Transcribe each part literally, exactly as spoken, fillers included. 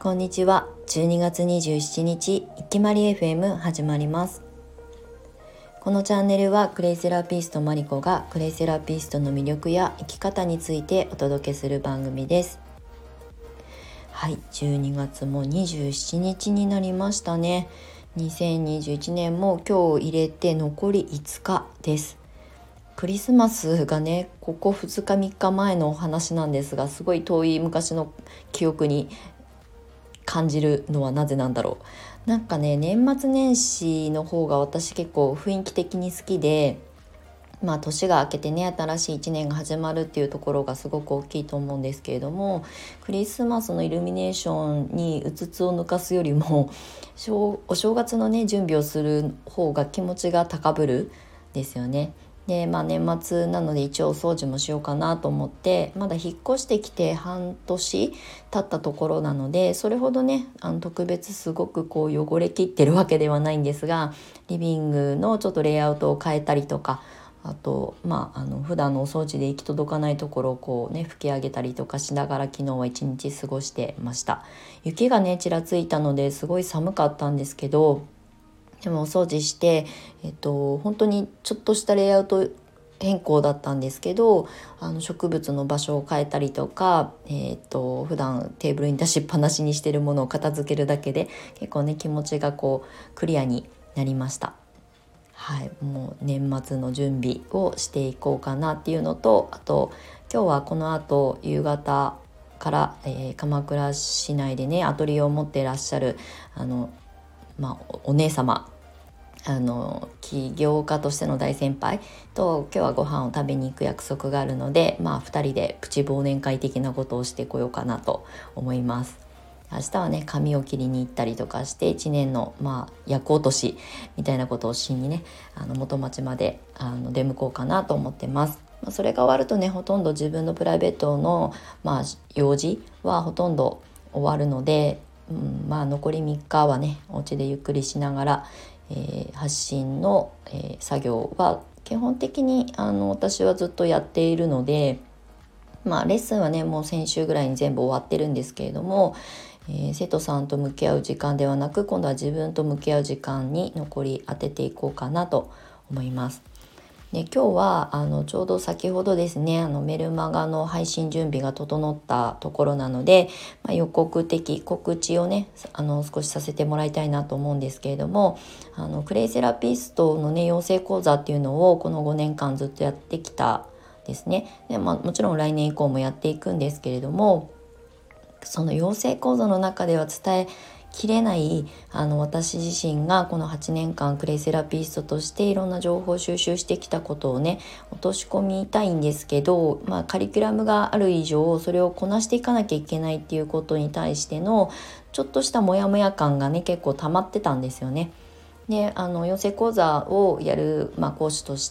こんにちは。じゅうにがつにじゅうしちにち、いきまり エフエム 始まります。このチャンネルはクレイセラピストマリコがクレイセラピストの魅力や生き方についてお届けする番組です。はい、じゅうにがつもにじゅうしちにちになりましたね。にせんにじゅういちねんも今日入れて残りいつかです。クリスマスがね、ここふつかみっかまえのお話なんですが、すごい遠い昔の記憶に感じるのはなぜなんだろう。なんかね、年末年始の方が私結構雰囲気的に好きで、まあ年が明けてね、新しいいちねんが始まるっていうところがすごく大きいと思うんですけれども、クリスマスのイルミネーションにうつつを抜かすよりもお正月のね準備をする方が気持ちが高ぶるですよね。で、まあ、年末なので一応お掃除もしようかなと思って、まだ引っ越してきて半年経ったところなので、それほどねあの特別すごくこう汚れきってるわけではないんですが、リビングのちょっとレイアウトを変えたりとか、あとまああの普段のお掃除で行き届かないところをこうね拭き上げたりとかしながら昨日は一日過ごしてました。雪がねちらついたのですごい寒かったんですけど、でもお掃除して、えっと、本当にちょっとしたレイアウト変更だったんですけど、あの植物の場所を変えたりとか、えっと、普段テーブルに出しっぱなしにしてるものを片付けるだけで結構ね気持ちがこうクリアになりました。はい、もう年末の準備をしていこうかなっていうのと、あと今日はこの後夕方から、えー鎌倉市内でねアトリエを持っていらっしゃるあのまあ、お姉様、あの起業家としての大先輩と今日はご飯を食べに行く約束があるので、まあ、ふたりでプチ忘年会的なことをしてこようかなと思います。明日はね髪を切りに行ったりとかしていちねんの、まあ、厄落としみたいなことをしにねあの元町まであの出向こうかなと思ってます。まあ、それが終わるとねほとんど自分のプライベートの、まあ、用事はほとんど終わるので、うん、まあ残りみっかはねお家でゆっくりしながら、えー発信の、えー作業は基本的にあの私はずっとやっているので、まあレッスンはねもう先週ぐらいに全部終わってるんですけれども、えー生徒さんと向き合う時間ではなく今度は自分と向き合う時間に残り当てていこうかなと思います。で今日はあのちょうど先ほどですねあのメルマガの配信準備が整ったところなので、まあ、予告的告知をねあの少しさせてもらいたいなと思うんですけれども、あのクレイセラピストのね養成講座っていうのをこのごねんかんずっとやってきたですね。で、まあ、もちろん来年以降もやっていくんですけれども、その養成講座の中では伝えきれないあの私自身がこのはちねんかんクレイセラピストとしていろんな情報を収集してきたことをね落とし込みたいんですけど、まあ、カリキュラムがある以上それをこなしていかなきゃいけないっていうことに対してのちょっとしたモヤモヤ感がね結構溜まってたんですよね。であの養成講座をやる、まあ、講師として、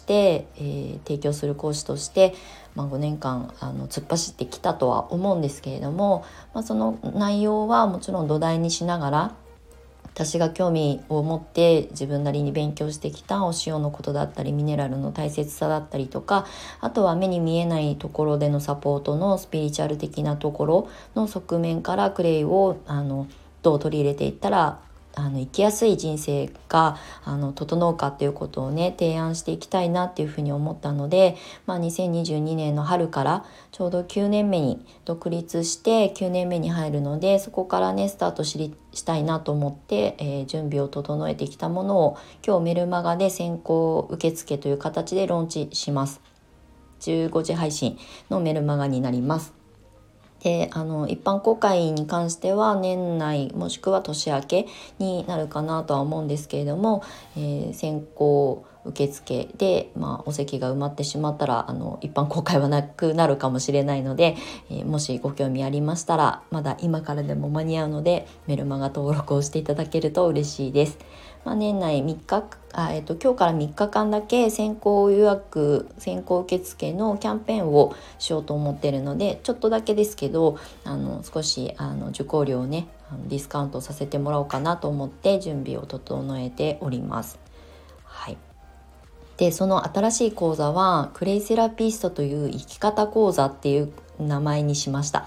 えー提供する講師として、まあ、ごねんかんあの突っ走ってきたとは思うんですけれども、まあ、その内容はもちろん土台にしながら私が興味を持って自分なりに勉強してきたお塩のことだったりミネラルの大切さだったりとか、あとは目に見えないところでのサポートのスピリチュアル的なところの側面からクレイをあのどう取り入れていったらあの生きやすい人生があの整うかっていうことをね提案していきたいなっていうふうに思ったので、まあ、にせんにじゅうにねんの春からちょうどきゅうねんめに独立してきゅうねんめに入るので、そこからねスタートしりしたいなと思って、えー準備を整えてきたものを今日メルマガで先行受付という形でローンチします。じゅうごじ配信のメルマガになります。であの一般公開に関しては年内もしくは年明けになるかなとは思うんですけれども、えー先行受付で、まあ、お席が埋まってしまったらあの一般公開はなくなるかもしれないので、えーもしご興味ありましたらまだ今からでも間に合うのでメルマガ登録をしていただけると嬉しいです。まあ、年内みっかあ、えっと、今日からみっかかんだけ先行予約先行受付のキャンペーンをしようと思っているので、ちょっとだけですけどあの少しあの受講料をねあのディスカウントさせてもらおうかなと思って準備を整えております。はい。でその新しい講座はクレイセラピストという生き方講座っていう名前にしました。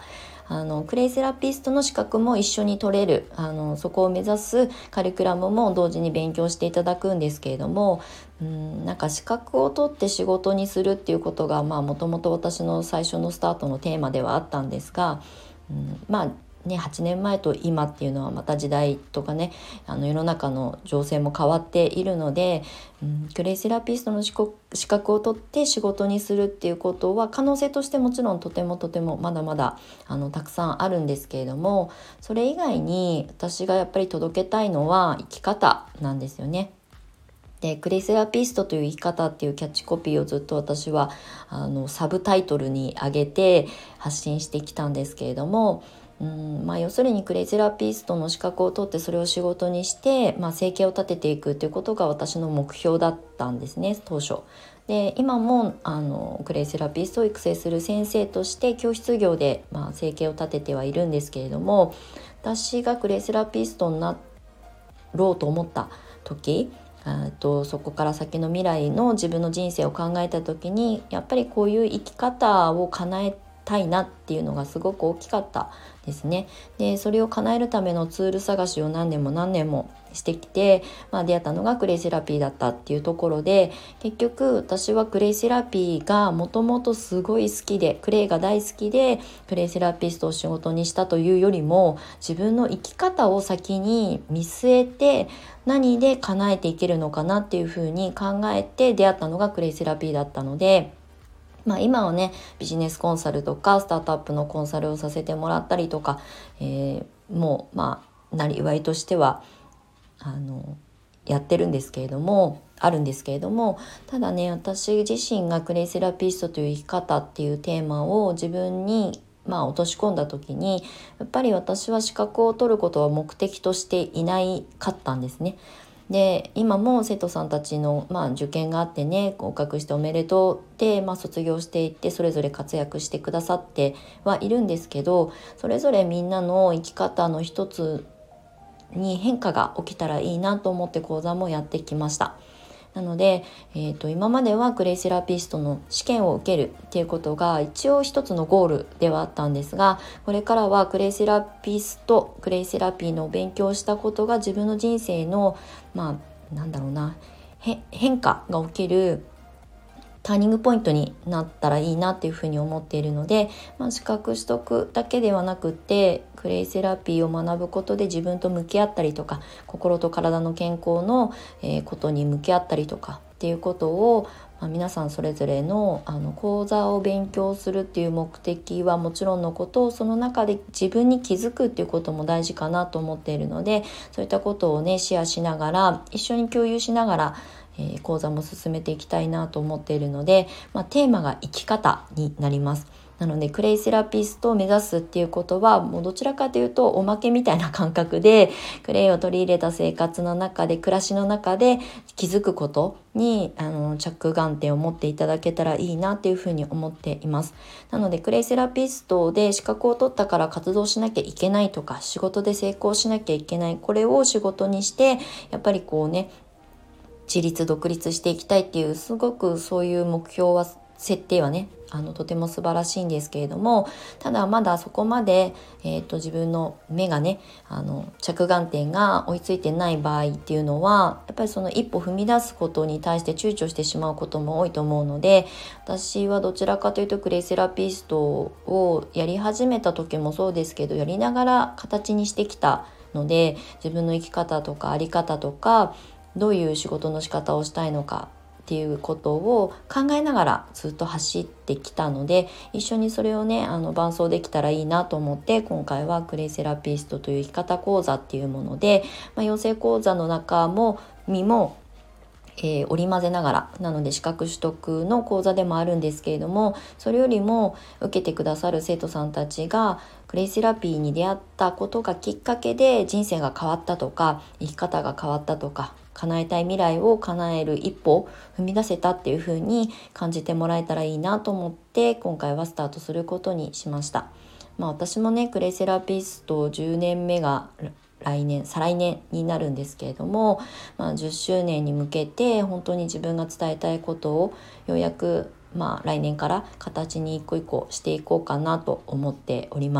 あのクレイセラピストの資格も一緒に取れる、あのそこを目指すカリキュラムも同時に勉強していただくんですけれども、うんなんか資格を取って仕事にするっていうことがもともと私の最初のスタートのテーマではあったんですが、うんまあね、はちねんまえと今っていうのはまた時代とかね、あの世の中の情勢も変わっているので、うん、クレイセラピストの資格資格を取って仕事にするっていうことは可能性としてもちろんとてもとてもまだまだあのたくさんあるんですけれども、それ以外に私がやっぱり届けたいのは生き方なんですよね。でクレイセラピストという生き方っていうキャッチコピーをずっと私はあのサブタイトルに上げて発信してきたんですけれども、うんまあ、要するにクレイセラピストの資格を取ってそれを仕事にして、まあ、生計を立てていくということが私の目標だったんですね、当初。で今もあのクレイセラピストを育成する先生として教室業で、まあ、生計を立ててはいるんですけれども、私がクレイセラピストになろうと思った時、とそこから先の未来の自分の人生を考えた時にやっぱりこういう生き方を叶えたいなっていうのがすごく大きかったですね。でそれを叶えるためのツール探しを何年も何年もしてきて、まあ、出会ったのがクレイセラピーだったっていうところで、結局私はクレイセラピーがもともとすごい好きでクレイが大好きでクレイセラピストを仕事にしたというよりも、自分の生き方を先に見据えて何で叶えていけるのかなっていうふうに考えて出会ったのがクレイセラピーだったので、まあ、今はねビジネスコンサルとかスタートアップのコンサルをさせてもらったりとか、えー、もうまあなりわいとしてはあのやってるんですけれどもあるんですけれども、ただね私自身がクレイセラピストという生き方っていうテーマを自分にまあ落とし込んだ時に、やっぱり私は資格を取ることは目的としていないかったんですね。で今も生徒さんたちの、まあ、受験があってね合格しておめでとうって、まあ、卒業していってそれぞれ活躍してくださってはいるんですけど、それぞれみんなの生き方の一つに変化が起きたらいいなと思って講座もやってきました。なので、えーと、今まではクレイセラピストの試験を受けるっていうことが一応一つのゴールではあったんですが、これからはクレイセラピストクレイセラピーの勉強をしたことが自分の人生のまあなんだろうな変化が起きるターニングポイントになったらいいなっていうふうに思っているので、まあ、資格取得だけではなくってクレイセラピーを学ぶことで自分と向き合ったりとか心と体の健康の、えー、ことに向き合ったりとかっていうことを、まあ、皆さんそれぞれの、あの講座を勉強するっていう目的はもちろんのこと、その中で自分に気づくっていうことも大事かなと思っているので、そういったことをねシェアしながら一緒に共有しながらえー、講座も進めていきたいなと思っているので、まあ、テーマが生き方になります。なのでクレイセラピストを目指すっていうことはもうどちらかというとおまけみたいな感覚で、クレイを取り入れた生活の中で暮らしの中で気づくことにあの着眼点を持っていただけたらいいなっていうふうに思っています。なのでクレイセラピストで資格を取ったから活動しなきゃいけないとか仕事で成功しなきゃいけない、これを仕事にしてやっぱりこうね自立独立していきたいっていうすごくそういう目標は設定はねあのとても素晴らしいんですけれども、ただまだそこまで、えーと、自分の目がねあの着眼点が追いついてない場合っていうのはやっぱりその一歩踏み出すことに対して躊躇してしまうことも多いと思うので、私はどちらかというとクレイセラピストをやり始めた時もそうですけどやりながら形にしてきたので、自分の生き方とか在り方とかどういう仕事の仕方をしたいのかっていうことを考えながらずっと走ってきたので、一緒にそれをねあの伴走できたらいいなと思って今回はクレイセラピストという生き方講座っていうもので、まあ、養成講座の中も身もえー、織り交ぜながらなので資格取得の講座でもあるんですけれども、それよりも受けてくださる生徒さんたちがクレイセラピーに出会ったことがきっかけで人生が変わったとか生き方が変わったとか叶えたい未来を叶える一歩を踏み出せたっていう風に感じてもらえたらいいなと思って今回はスタートすることにしました。まあ、私もねクレイセラピストじゅうねんめが来年再来年になるんですけれども、まあ、じゅっしゅうねんに向けて本当に自分が伝えたいことをようやく、まあ、来年から形に一個一個していこうかなと思っております。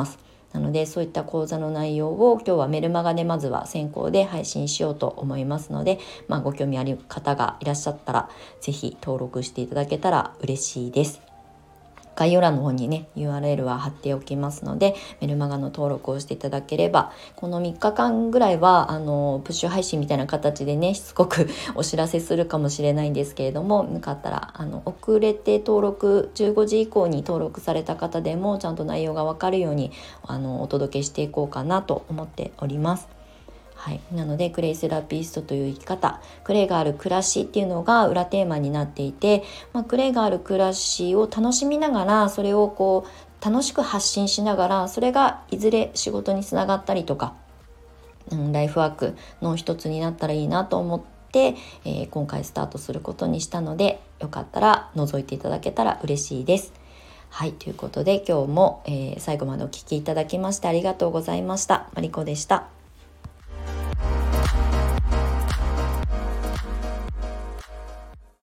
なのでそういった講座の内容を今日はメルマガでまずは先行で配信しようと思いますので、まあ、ご興味ある方がいらっしゃったらぜひ登録していただけたら嬉しいです。概要欄の方にね ユーアールエル は貼っておきますので、メルマガの登録をしていただければ、このみっかかんぐらいはあのプッシュ配信みたいな形でねしつこくお知らせするかもしれないんですけれども、よかったらあの遅れて登録じゅうごじ以降に登録された方でもちゃんと内容がわかるようにあのお届けしていこうかなと思っております。はい、なのでクレイセラピストという生き方、クレイがある暮らしっていうのが裏テーマになっていて、まあ、クレイがある暮らしを楽しみながら、それをこう楽しく発信しながら、それがいずれ仕事につながったりとか、うん、ライフワークの一つになったらいいなと思って、えー、今回スタートすることにしたので、よかったら覗いていただけたら嬉しいです。はい、ということで今日も、えー、最後までお聞きいただきましてありがとうございました。マリコでした。